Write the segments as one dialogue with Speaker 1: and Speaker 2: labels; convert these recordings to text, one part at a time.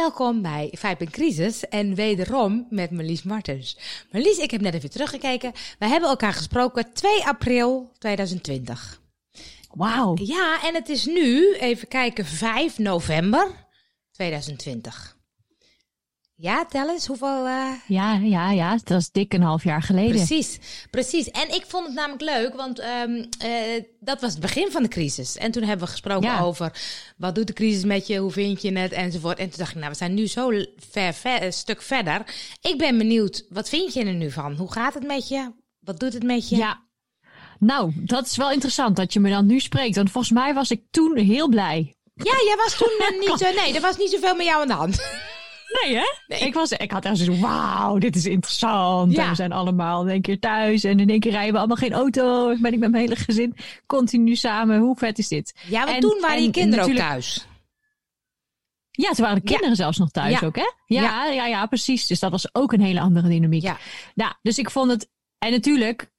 Speaker 1: Welkom bij Vibe in Crisis en wederom met Marlies Martens. Marlies, ik heb net even teruggekeken. We hebben elkaar gesproken 2 april 2020.
Speaker 2: Wauw.
Speaker 1: Ja, en het is nu, even kijken, 5 november 2020. Ja, tel eens, hoeveel...
Speaker 2: Ja, dat was dik een half jaar geleden.
Speaker 1: Precies. En ik vond het namelijk leuk, want dat was het begin van de crisis. En toen hebben we gesproken over, wat doet de crisis met je, hoe vind je het, enzovoort. En toen dacht ik, we zijn nu zo een stuk verder. Ik ben benieuwd, wat vind je er nu van? Hoe gaat het met je? Wat doet het met je?
Speaker 2: Ja, nou, dat is wel interessant dat je me dan nu spreekt. Want volgens mij was ik toen heel blij.
Speaker 1: Ja, jij was toen niet... er was niet zoveel met jou aan de hand.
Speaker 2: Nee, hè? Nee. Ik had echt zo, wauw, dit is interessant. Ja. En we zijn allemaal in één keer thuis. En in één keer rijden we allemaal geen auto. Ben ik met mijn hele gezin continu samen. Hoe vet is dit?
Speaker 1: Ja, want toen waren je kinderen ook thuis.
Speaker 2: Ja, toen waren de kinderen zelfs nog thuis ook, hè? Ja, precies. Dus dat was ook een hele andere dynamiek. Ja. Nou, dus ik vond het... En natuurlijk...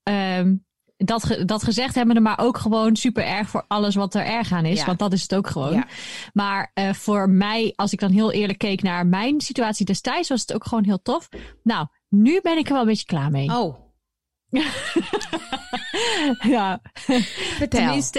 Speaker 2: Dat gezegd hebben, maar ook gewoon super erg voor alles wat er erg aan is. Ja. Want dat is het ook gewoon. Ja. Maar voor mij, als ik dan heel eerlijk keek naar mijn situatie destijds, was het ook gewoon heel tof. Nou, nu ben ik er wel een beetje klaar mee.
Speaker 1: Oh.
Speaker 2: Ja.
Speaker 1: Vertel.
Speaker 2: Tenminste,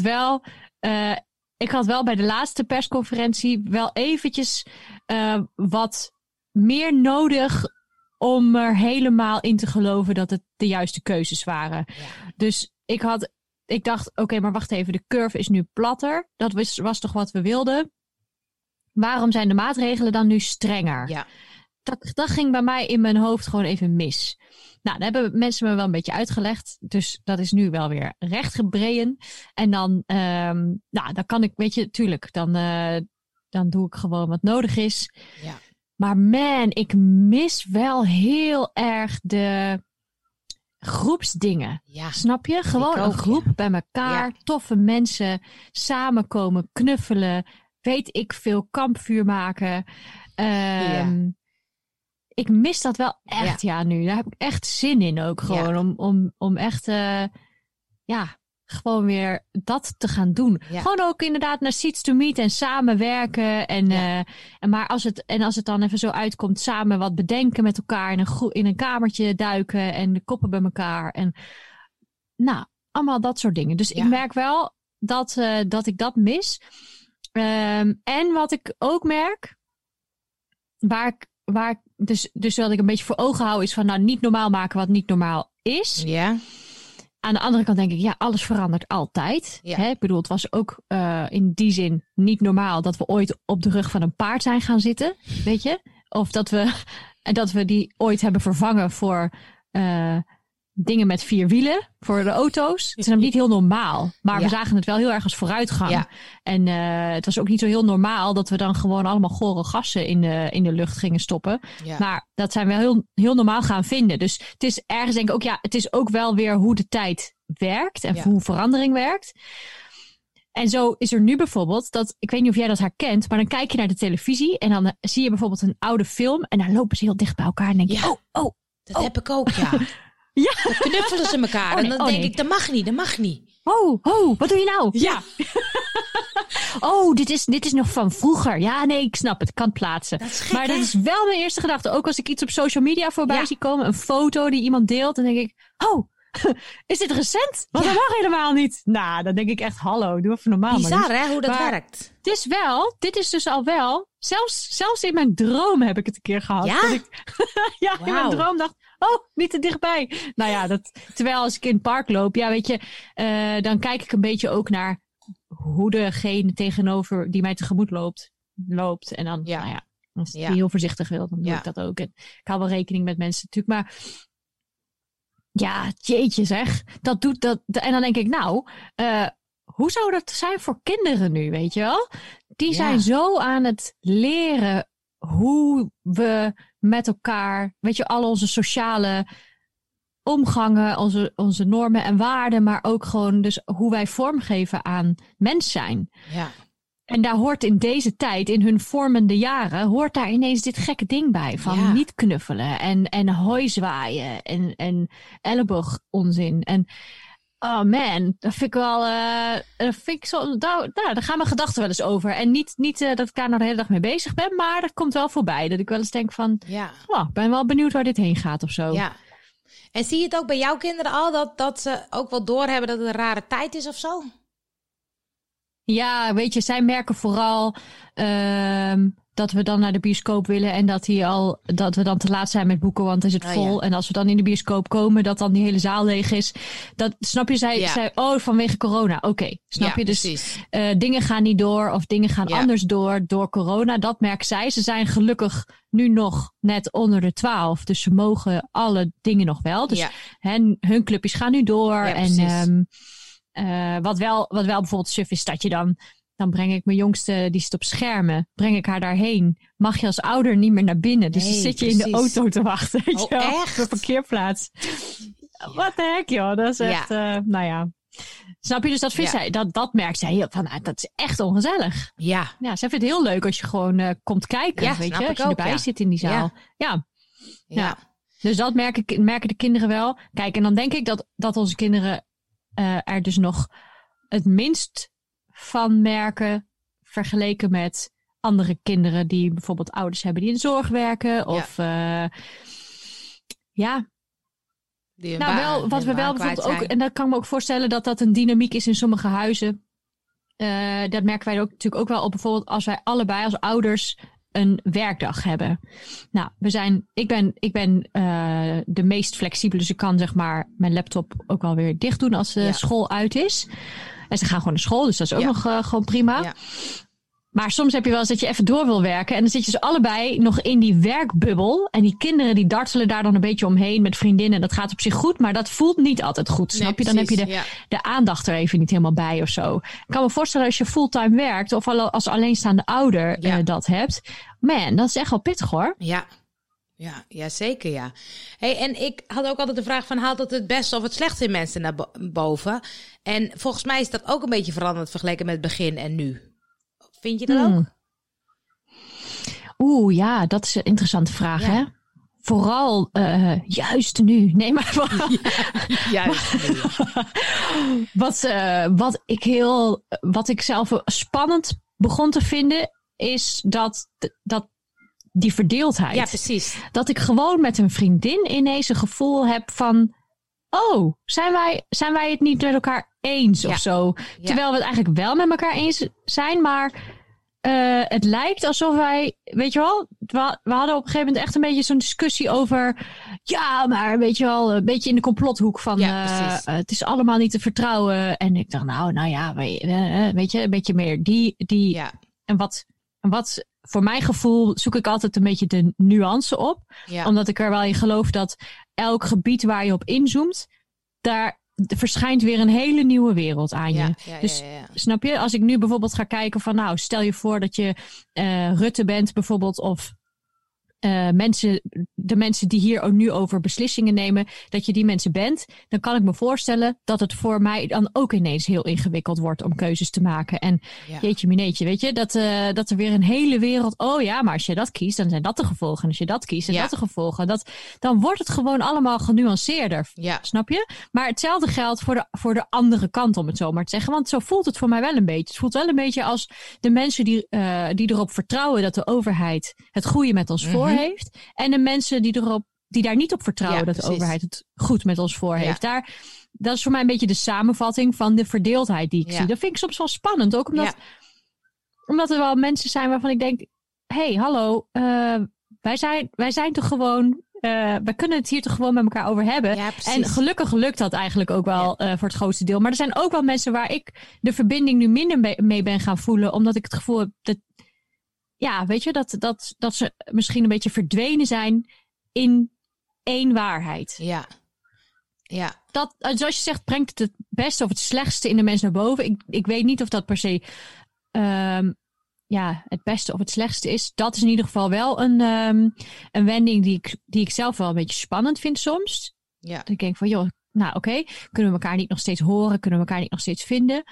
Speaker 2: ik had wel bij de laatste persconferentie wel eventjes wat meer nodig om er helemaal in te geloven dat het de juiste keuzes waren. Ja. Dus ik dacht, oké, maar wacht even, de curve is nu platter. Dat was toch wat we wilden? Waarom zijn de maatregelen dan nu strenger? Ja. Dat ging bij mij in mijn hoofd gewoon even mis. Nou, daar hebben mensen me wel een beetje uitgelegd. Dus dat is nu wel weer rechtgebreien. En dan kan ik, weet je, tuurlijk, dan doe ik gewoon wat nodig is. Ja. Maar man, ik mis wel heel erg de groepsdingen. Ja, snap je? Gewoon een groep bij elkaar, toffe mensen, samenkomen, knuffelen, weet ik veel, kampvuur maken. Ik mis dat wel echt, nu. Daar heb ik echt zin in ook gewoon, om echt, gewoon weer dat te gaan doen. Ja. Gewoon ook inderdaad naar Seats to Meet en samenwerken. Maar als het dan even zo uitkomt, samen wat bedenken met elkaar, in een kamertje duiken en de koppen bij elkaar. En nou, allemaal dat soort dingen. Dus ik merk wel dat ik dat mis. En wat ik ook merk, waar ik dus wat ik een beetje voor ogen hou, is van nou niet normaal maken wat niet normaal is. Ja. Aan de andere kant denk ik, alles verandert altijd. Ja. Hè? Ik bedoel, het was ook in die zin niet normaal dat we ooit op de rug van een paard zijn gaan zitten. Weet je? Of dat we die ooit hebben vervangen voor dingen met 4 wielen. Voor de auto's. Het is namelijk niet heel normaal. Maar we zagen het wel heel erg als vooruitgang. Ja. En het was ook niet zo heel normaal dat we dan gewoon allemaal gore gassen in de lucht gingen stoppen. Ja. Maar dat zijn we heel, heel normaal gaan vinden. Dus het is ergens denk ik ook, het is ook wel weer hoe de tijd werkt. En hoe verandering werkt. En zo is er nu bijvoorbeeld ik weet niet of jij dat herkent, maar dan kijk je naar de televisie en dan zie je bijvoorbeeld een oude film en dan lopen ze heel dicht bij elkaar en denk je,
Speaker 1: dat heb ik ook, ja. Ja. Dan knuffelen ze elkaar. En dan denk ik, dat mag niet.
Speaker 2: Oh, wat doe je nou? Ja. Dit is nog van vroeger. Ja, nee, ik snap het. Ik kan het plaatsen. Maar dat is wel mijn eerste gedachte. Ook als ik iets op social media voorbij zie komen. Een foto die iemand deelt. Dan denk ik, is dit recent? Want dat mag helemaal niet. Nou, dan denk ik echt, hallo, doe even normaal.
Speaker 1: Bizar, hè, hoe dat werkt.
Speaker 2: Dit is dus al wel, zelfs in mijn droom heb ik het een keer gehad.
Speaker 1: Ja?
Speaker 2: Dat ik, in mijn droom dacht, niet te dichtbij. Nou ja, terwijl als ik in het park loop, weet je, dan kijk ik een beetje ook naar hoe degene tegenover die mij tegemoet loopt. En dan, als ik heel voorzichtig wil, dan doe ik dat ook. En ik hou wel rekening met mensen natuurlijk, maar ja, jeetje zeg. Dat doet dat. En dan denk ik, hoe zou dat zijn voor kinderen nu, weet je wel? Die zijn zo aan het leren hoe we met elkaar, weet je, al onze sociale omgangen, onze normen en waarden, maar ook gewoon dus hoe wij vormgeven aan mens zijn. Ja. En daar hoort in deze tijd, in hun vormende jaren, hoort daar ineens dit gekke ding bij. Van niet knuffelen en hooi zwaaien en elleboog onzin. En Oh man, dat vind ik wel... dat vind ik zo, daar gaan mijn gedachten wel eens over. En niet dat ik daar nou de hele dag mee bezig ben, maar dat komt wel voorbij. Dat ik wel eens denk van, ik ben wel benieuwd waar dit heen gaat of zo.
Speaker 1: Ja. En zie je het ook bij jouw kinderen al, dat ze ook wel doorhebben dat het een rare tijd is of zo?
Speaker 2: Ja, weet je, zij merken vooral dat we dan naar de bioscoop willen en dat we dan te laat zijn met boeken, want dan is het vol. Ja. En als we dan in de bioscoop komen, dat dan die hele zaal leeg is. Dat snap je, zij vanwege corona. Oké, snap je? Dus dingen gaan niet door of dingen gaan anders door corona. Dat merken zij. Ze zijn gelukkig nu nog net onder de 12, dus ze mogen alle dingen nog wel. Dus hun clubjes gaan nu door. Ja, en wat wel bijvoorbeeld suf is, dat je dan breng ik mijn jongste, die zit op schermen, breng ik haar daarheen. Mag je als ouder niet meer naar binnen. Dus dan zit je in de auto te wachten. Weet je wel, op de parkeerplaats. Wat de heck, joh. Dat is echt, nou ja. Snap je? Dus dat vindt zij, dat merkt zij van, dat is echt ongezellig. Ja. Ja, zij vindt het heel leuk als je gewoon komt kijken, weet je. Als je erbij zit in die zaal. Ja. Dus dat merken de kinderen wel. Kijk, en dan denk ik dat onze kinderen er dus nog het minst van merken vergeleken met andere kinderen die bijvoorbeeld ouders hebben die in de zorg werken. Of wat we wel bijvoorbeeld ook, en dat kan ik me ook voorstellen dat een dynamiek is in sommige huizen. Dat merken wij ook natuurlijk ook wel op, bijvoorbeeld als wij allebei als ouders een werkdag hebben. Nou, ik ben de meest flexibele, dus ik kan zeg maar mijn laptop ook wel weer dicht doen als de school uit is. En ze gaan gewoon naar school, dus dat is ook nog gewoon prima. Ja. Maar soms heb je wel eens dat je even door wil werken. En dan zit je dus allebei nog in die werkbubbel. En die kinderen die dartelen daar dan een beetje omheen met vriendinnen. Dat gaat op zich goed, maar dat voelt niet altijd goed. Snap je? Dan heb je de aandacht er even niet helemaal bij of zo. Ik kan me voorstellen als je fulltime werkt of als alleenstaande ouder dat hebt. Man, dat is echt wel pittig hoor.
Speaker 1: Ja, zeker ja. Hey, en ik had ook altijd de vraag van, haalt het beste of het slechtste in mensen naar boven? En volgens mij is dat ook een beetje veranderd vergeleken met het begin en nu. Vind je dat ook?
Speaker 2: Oeh, ja, dat is een interessante vraag, hè? Vooral juist nu. Nee, maar vooral... juist nu. Wat ik zelf spannend begon te vinden, is dat die verdeeldheid. Ja, precies. Dat ik gewoon met een vriendin ineens een gevoel heb van, oh, zijn wij het niet met elkaar eens of zo? Terwijl we het eigenlijk wel met elkaar eens zijn, maar het lijkt alsof wij, weet je wel, we hadden op een gegeven moment echt een beetje zo'n discussie over, ja, maar weet je wel, een beetje in de complothoek van, het is allemaal niet te vertrouwen. En ik dacht, nou ja, weet je, een beetje meer die en wat voor mijn gevoel zoek ik altijd een beetje de nuance op. Ja. Omdat ik er wel in geloof dat elk gebied waar je op inzoomt, daar verschijnt weer een hele nieuwe wereld aan je. Dus snap je, als ik nu bijvoorbeeld ga kijken van, nou, stel je voor dat je Rutte bent bijvoorbeeld, of de mensen die hier ook nu over beslissingen nemen, dat je die mensen bent, dan kan ik me voorstellen dat het voor mij dan ook ineens heel ingewikkeld wordt om keuzes te maken. En jeetje mineetje, weet je, dat er weer een hele wereld, oh ja, maar als je dat kiest, dan zijn dat de gevolgen. En als je dat kiest, zijn dat de gevolgen. Dan wordt het gewoon allemaal genuanceerder, snap je? Maar hetzelfde geldt voor de andere kant, om het zo maar te zeggen. Want zo voelt het voor mij wel een beetje. Het voelt wel een beetje als de mensen die erop vertrouwen dat de overheid het goede met ons voor heeft. En de mensen die daar niet op vertrouwen dat de overheid het goed met ons voor heeft. Dat is voor mij een beetje de samenvatting van de verdeeldheid die ik zie. Dat vind ik soms wel spannend. Ook omdat er wel mensen zijn waarvan ik denk, hey, hallo, wij zijn toch gewoon, wij kunnen het hier toch gewoon met elkaar over hebben. Ja, en gelukkig lukt dat eigenlijk ook wel voor het grootste deel. Maar er zijn ook wel mensen waar ik de verbinding nu minder mee ben gaan voelen. Omdat ik het gevoel heb dat, ja, weet je, dat ze misschien een beetje verdwenen zijn in één waarheid. Ja. Dat, zoals je zegt, brengt het beste of het slechtste in de mens naar boven. Ik weet niet of dat per se het beste of het slechtste is. Dat is in ieder geval wel een wending die ik zelf wel een beetje spannend vind soms. Ja. Dat ik denk van, joh, nou oké, kunnen we elkaar niet nog steeds horen? Kunnen we elkaar niet nog steeds vinden?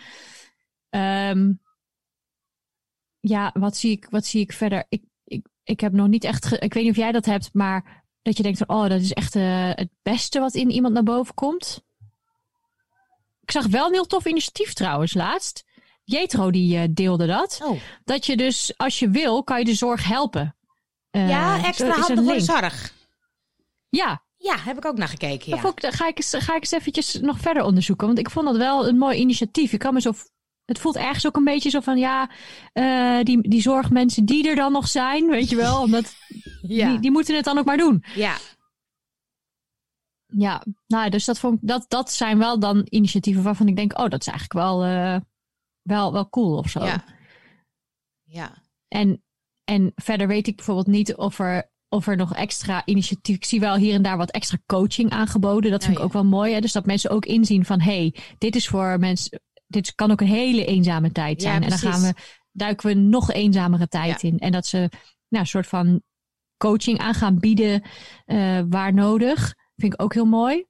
Speaker 2: Wat zie ik verder? Ik heb nog niet echt... ik weet niet of jij dat hebt, maar dat je denkt van, oh, dat is echt het beste wat in iemand naar boven komt. Ik zag wel een heel tof initiatief trouwens laatst. Jetro die deelde dat.
Speaker 1: Oh.
Speaker 2: Dat je dus, als je wil, kan je de zorg helpen.
Speaker 1: Extra handen voor de zorg.
Speaker 2: Ja.
Speaker 1: Ja, heb ik ook naar gekeken. Ja.
Speaker 2: Ga ik eens eventjes nog verder onderzoeken. Want ik vond dat wel een mooi initiatief. Het voelt ergens ook een beetje zo van, die zorgmensen die er dan nog zijn, weet je wel. Omdat die moeten het dan ook maar doen.
Speaker 1: Ja.
Speaker 2: Ja, nou, dus dat zijn wel dan initiatieven waarvan ik denk, dat is eigenlijk wel cool of zo.
Speaker 1: Ja.
Speaker 2: En verder weet ik bijvoorbeeld niet of er nog extra initiatief. Ik zie wel hier en daar wat extra coaching aangeboden. Dat vind ik ook wel mooi. Hè? Dus dat mensen ook inzien van, dit is voor mensen. Dit kan ook een hele eenzame tijd zijn. En dan duiken we nog eenzamere tijd in. En dat ze een soort van coaching aan gaan bieden waar nodig. Vind ik ook heel mooi.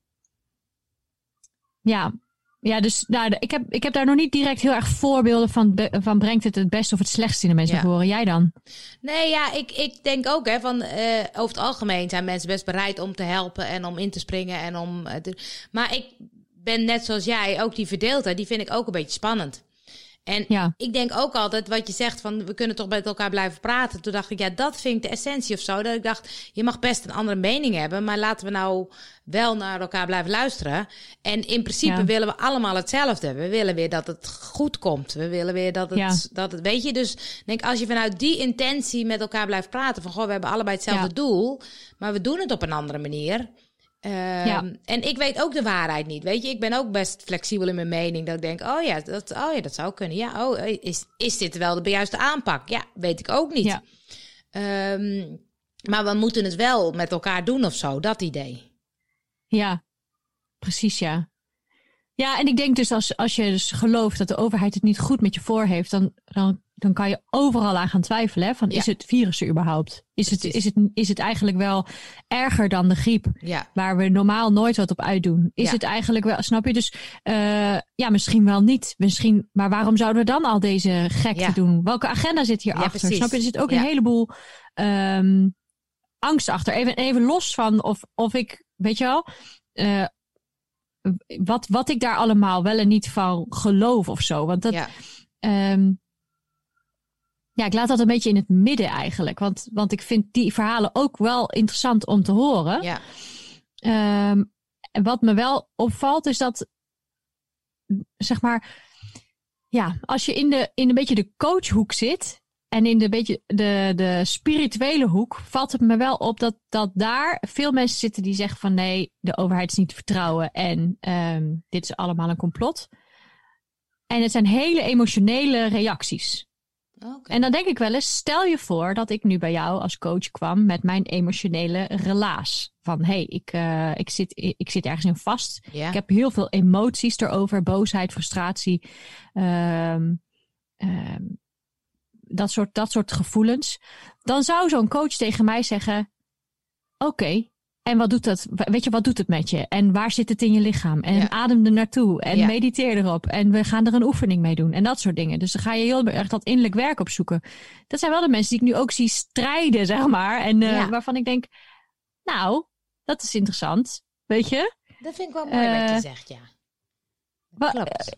Speaker 2: Ja, dus ik heb daar nog niet direct heel erg voorbeelden van brengt het beste of het slechtste in de mensen naar voren. Jij dan?
Speaker 1: Nee, ik denk ook over het algemeen zijn mensen best bereid om te helpen en om in te springen en om. Maar ik ben net zoals jij ook die verdeeldheid, die vind ik ook een beetje spannend. En ik denk ook altijd wat je zegt van we kunnen toch met elkaar blijven praten. Toen dacht ik, dat vind ik de essentie of zo. Dat ik dacht, je mag best een andere mening hebben, maar laten we nou wel naar elkaar blijven luisteren. En in principe willen we allemaal hetzelfde. We willen weer dat het goed komt. We willen weer dat het weet je. Dus denk als je vanuit die intentie met elkaar blijft praten van we hebben allebei hetzelfde doel, maar we doen het op een andere manier. En ik weet ook de waarheid niet. Weet je, ik ben ook best flexibel in mijn mening. Dat ik denk, dat zou kunnen. Ja, is dit wel de juiste aanpak? Ja, weet ik ook niet. Ja. Maar we moeten het wel met elkaar doen of zo, dat idee.
Speaker 2: Ja, precies ja. Ja, en ik denk dus als je dus gelooft dat de overheid het niet goed met je voor heeft, dan kan je overal aan gaan twijfelen. Hè? Is het virus er überhaupt? Is het eigenlijk wel erger dan de griep? Ja. Waar we normaal nooit wat op uitdoen? Is het eigenlijk wel, snap je? Dus misschien wel niet. Maar waarom zouden we dan al deze gekte doen? Welke agenda zit hier achter? Precies. Snap je? Er zit ook een heleboel angst achter. Even los van of ik, weet je wel, wat ik daar allemaal wel en niet van geloof of zo. Want dat. Ik laat dat een beetje in het midden eigenlijk. Want ik vind die verhalen ook wel interessant om te horen. Ja. En wat me wel opvalt is dat, zeg maar, als je in een beetje de coachhoek zit en in de spirituele hoek, valt het me wel op dat daar veel mensen zitten die zeggen van nee, de overheid is niet te vertrouwen en dit is allemaal een complot. En het zijn hele emotionele reacties. Okay. En dan denk ik wel eens, stel je voor dat ik nu bij jou als coach kwam met mijn emotionele relaas. Van ik zit ergens in vast. Yeah. Ik heb heel veel emoties erover, boosheid, frustratie. Dat soort gevoelens. Dan zou zo'n coach tegen mij zeggen, oké, en wat doet dat? Weet je, wat doet het met je? En waar zit het in je lichaam? En adem er naartoe. En mediteer erop. En we gaan er een oefening mee doen. En dat soort dingen. Dus dan ga je heel erg dat innerlijk werk opzoeken. Dat zijn wel de mensen die ik nu ook zie strijden, zeg maar. En waarvan ik denk, nou, dat is interessant. Weet je?
Speaker 1: Dat vind ik wel mooi wat je zegt, ja. Klopt.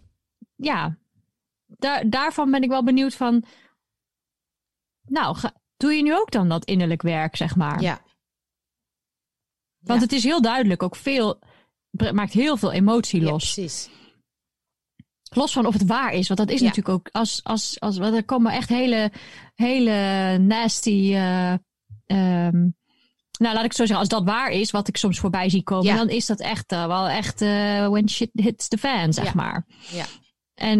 Speaker 2: Daarvan ben ik wel benieuwd van, nou, doe je nu ook dan dat innerlijk werk, zeg maar?
Speaker 1: Ja.
Speaker 2: Want het is heel duidelijk, maakt heel veel emotie los.
Speaker 1: Ja, precies.
Speaker 2: Los van of het waar is, want dat is natuurlijk ook, want er komen echt hele nasty, laat ik het zo zeggen, als dat waar is, wat ik soms voorbij zie komen, dan is dat echt wel echt when shit hits the fan, zeg maar. Ja. En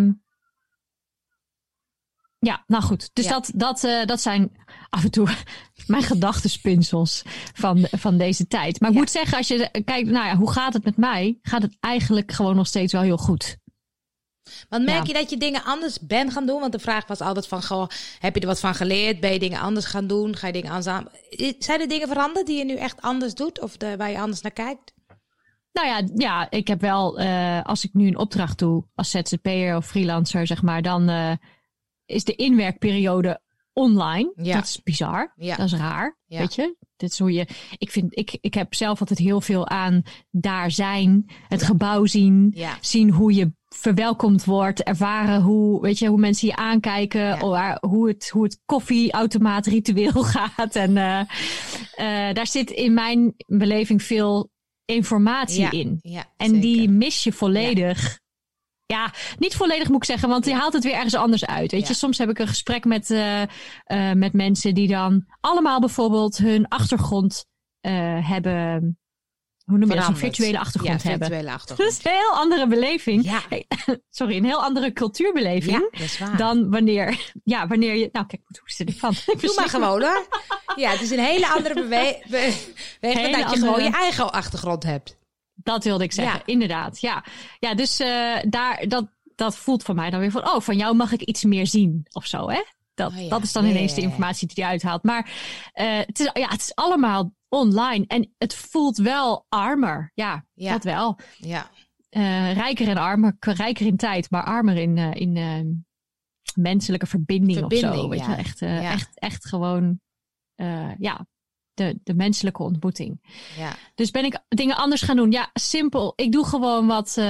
Speaker 2: nou goed. Dus dat zijn af en toe mijn gedachtenspinsels van deze tijd. Maar ik moet zeggen, als je kijkt, hoe gaat het met mij? Gaat het eigenlijk gewoon nog steeds wel heel goed.
Speaker 1: Want merk je dat je dingen anders bent gaan doen? Want de vraag was altijd van, heb je er wat van geleerd? Ben je dingen anders gaan doen? Ga je dingen anders aan? Zijn er dingen veranderd die je nu echt anders doet? Of waar je anders naar kijkt?
Speaker 2: Nou ja, ik heb wel, als ik nu een opdracht doe als ZZP'er of freelancer, zeg maar, dan is de inwerkperiode online.
Speaker 1: Ja.
Speaker 2: Dat is bizar.
Speaker 1: Ja.
Speaker 2: Dat is raar.
Speaker 1: Ja.
Speaker 2: Weet je? Dit is hoe je. Ik heb zelf altijd heel veel aan daar zijn, het gebouw zien, zien hoe je verwelkomd wordt, ervaren hoe mensen je aankijken, hoe het koffieautomaatritueel gaat. En daar zit in mijn beleving veel informatie in.
Speaker 1: Ja,
Speaker 2: en
Speaker 1: zeker.
Speaker 2: die mis je volledig. Ja, niet volledig moet ik zeggen, want die haalt het weer ergens anders uit. Weet je, soms heb ik een gesprek met mensen die dan allemaal bijvoorbeeld hun achtergrond hebben. Hoe noem je dat? Een virtuele achtergrond hebben.
Speaker 1: Virtuele achtergrond.
Speaker 2: Dat is een heel andere beleving.
Speaker 1: Ja.
Speaker 2: Sorry, een heel andere cultuurbeleving.
Speaker 1: Ja, dat is waar.
Speaker 2: Dan wanneer je. Nou, kijk, ik moet hoesten ervan.
Speaker 1: Doe maar gewoon hoor. Ja, het is een hele andere beweging dat je gewoon je eigen achtergrond hebt.
Speaker 2: Dat wilde ik zeggen, inderdaad. Ja, dus dat voelt voor mij dan weer van... van jou mag ik iets meer zien of zo, hè? Dat is dan ineens de informatie die hij uithaalt. Maar het is allemaal online. En het voelt wel armer. Ja. Dat wel.
Speaker 1: Ja.
Speaker 2: Rijker en armer. Rijker in tijd, maar armer in menselijke verbinding of zo. Weet je wel? Echt gewoon... De menselijke ontmoeting.
Speaker 1: Ja.
Speaker 2: Dus ben ik dingen anders gaan doen? Ja, simpel. Ik doe gewoon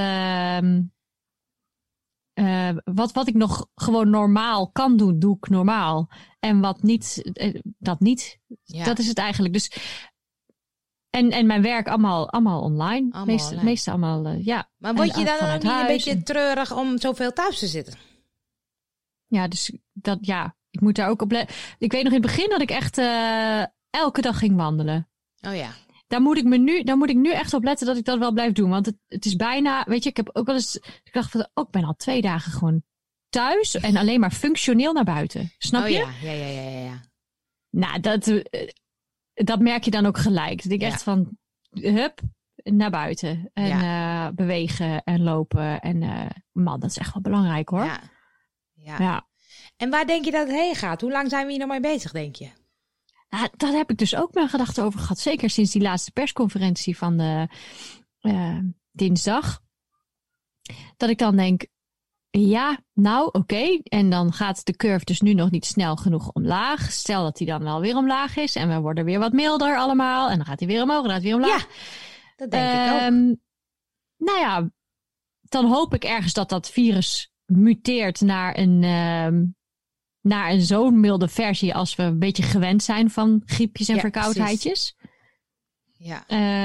Speaker 2: wat ik nog gewoon normaal kan doen, doe ik normaal. En wat niet, dat niet. Ja. Dat is het eigenlijk. Dus en mijn werk allemaal online. Meeste allemaal, ja.
Speaker 1: Maar word je dan ook niet een beetje treurig om zoveel thuis te zitten?
Speaker 2: Ja, dus ik moet daar ook op letten. Ik weet nog in het begin dat ik echt... elke dag ging wandelen.
Speaker 1: Oh ja.
Speaker 2: Daar moet ik nu echt op letten dat ik dat wel blijf doen. Want het is bijna, weet je, ik heb ook wel eens, ik dacht van, ik ben al 2 dagen gewoon thuis en alleen maar functioneel naar buiten. Snap je?
Speaker 1: Ja.
Speaker 2: Nou, dat merk je dan ook gelijk. Dat ik echt van, hup, naar buiten. En bewegen en lopen. En man, dat is echt wel belangrijk hoor.
Speaker 1: Ja. En waar denk je dat het heen gaat? Hoe lang zijn we hier nog mee bezig, denk je?
Speaker 2: Nou, daar heb ik dus ook mijn gedachten over gehad. Zeker sinds die laatste persconferentie van de dinsdag. Dat ik dan denk, oké. En dan gaat de curve dus nu nog niet snel genoeg omlaag. Stel dat die dan wel weer omlaag is. En we worden weer wat milder allemaal. En dan gaat hij weer omhoog en dan gaat hij weer omlaag.
Speaker 1: Ja, dat denk ik ook.
Speaker 2: Nou ja, dan hoop ik ergens dat virus muteert naar een zo'n milde versie als we een beetje gewend zijn van griepjes en verkoudheidjes.
Speaker 1: Ja.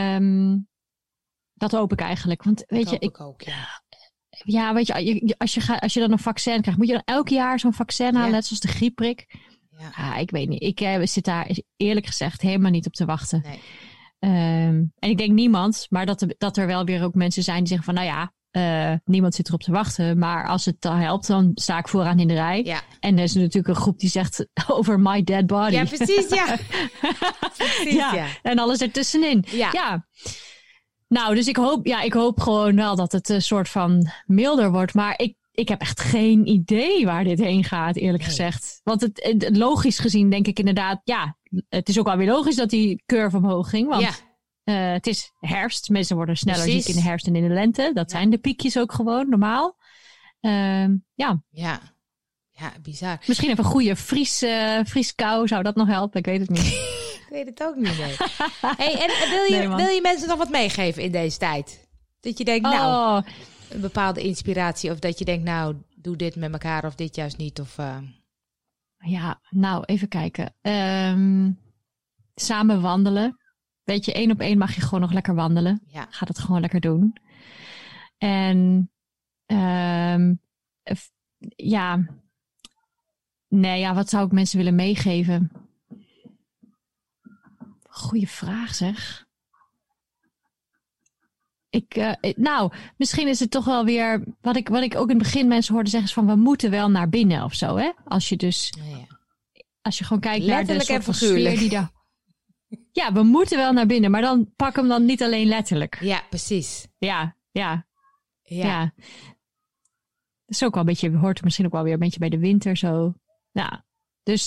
Speaker 2: Dat hoop ik eigenlijk. Want weet je,
Speaker 1: ik ook,
Speaker 2: ja, weet je, als je dan een vaccin krijgt, moet je dan elk jaar zo'n vaccin halen, net zoals de griepprik. Ja, ik weet niet. Ik zit daar eerlijk gezegd helemaal niet op te wachten.
Speaker 1: Nee.
Speaker 2: En ik denk niemand, maar dat er wel weer ook mensen zijn die zeggen van, niemand zit erop te wachten. Maar als het dan helpt, dan sta ik vooraan in de rij. Ja. En er is natuurlijk een groep die zegt over my dead body.
Speaker 1: Ja, precies, ja.
Speaker 2: Ja. En alles ertussenin. Ja. Nou, dus ik hoop gewoon wel dat het een soort van milder wordt. Maar ik heb echt geen idee waar dit heen gaat, eerlijk gezegd. Want het logisch gezien denk ik inderdaad, het is ook wel weer logisch dat die curve omhoog ging. Want het is herfst. Mensen worden sneller ziek in de herfst en in de lente. Dat zijn de piekjes ook gewoon, normaal.
Speaker 1: Ja, bizar.
Speaker 2: Misschien even een goede vrieskou. Zou dat nog helpen? Ik weet het niet.
Speaker 1: Ik weet het ook niet. Nee. Hey, en wil je mensen nog wat meegeven in deze tijd? Dat je denkt, een bepaalde inspiratie. Of dat je denkt, doe dit met elkaar of dit juist niet. Of,
Speaker 2: Ja, nou, even kijken. Samen wandelen. Weet je, 1 op 1 mag je gewoon nog lekker wandelen. Ja. Ga dat gewoon lekker doen. En wat zou ik mensen willen meegeven? Goeie vraag zeg. Misschien is het toch wel weer... Wat ik ook in het begin mensen hoorde zeggen is van... we moeten wel naar binnen of zo, hè? Als je dus... Als je gewoon kijkt naar de soort van sfeer die daar... Ja, we moeten wel naar binnen, maar dan pak hem dan niet alleen letterlijk.
Speaker 1: Ja, precies.
Speaker 2: Ja. Dat is ook wel een beetje, hoort misschien ook wel weer een beetje bij de winter zo. Ja, dus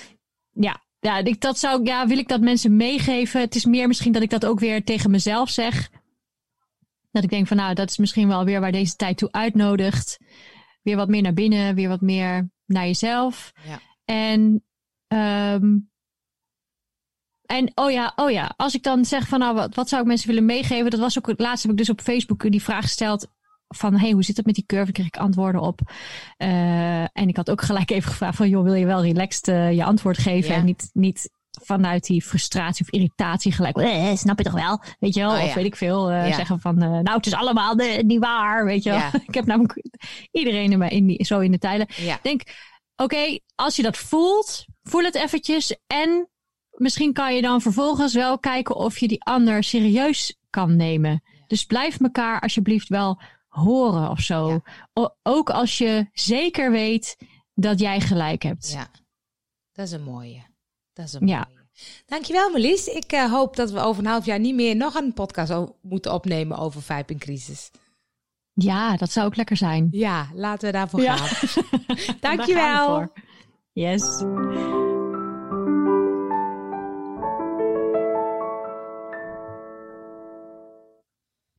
Speaker 2: wil ik dat mensen meegeven. Het is meer misschien dat ik dat ook weer tegen mezelf zeg. Dat ik denk van dat is misschien wel weer waar deze tijd toe uitnodigt. Weer wat meer naar binnen, weer wat meer naar jezelf. Ja. En En oh ja, als ik dan zeg van nou, wat zou ik mensen willen meegeven? Dat was ook het laatste, heb ik dus op Facebook die vraag gesteld van hey, hoe zit het met die curve? Kreeg ik antwoorden op. En ik had ook gelijk even gevraagd van joh, wil je wel relaxed je antwoord geven? Ja. En niet vanuit die frustratie of irritatie gelijk, snap je toch wel? Weet je wel? Of weet ik veel, zeggen van nou, het is allemaal niet waar, weet je wel? Ja. Ik heb namelijk iedereen zo in de tijden. Ja. Denk, oké, als je dat voelt, voel het eventjes en misschien kan je dan vervolgens wel kijken of je die ander serieus kan nemen. Ja. Dus blijf elkaar alsjeblieft wel horen of zo. Ja. Ook als je zeker weet dat jij gelijk hebt.
Speaker 1: Ja, dat is een mooie. Dankjewel Marlies. Ik hoop dat we over een half jaar niet meer nog een podcast moeten opnemen over Vijpingcrisis.
Speaker 2: Ja, dat zou ook lekker zijn.
Speaker 1: Ja, laten we daarvoor gaan. Dankjewel.
Speaker 2: Yes.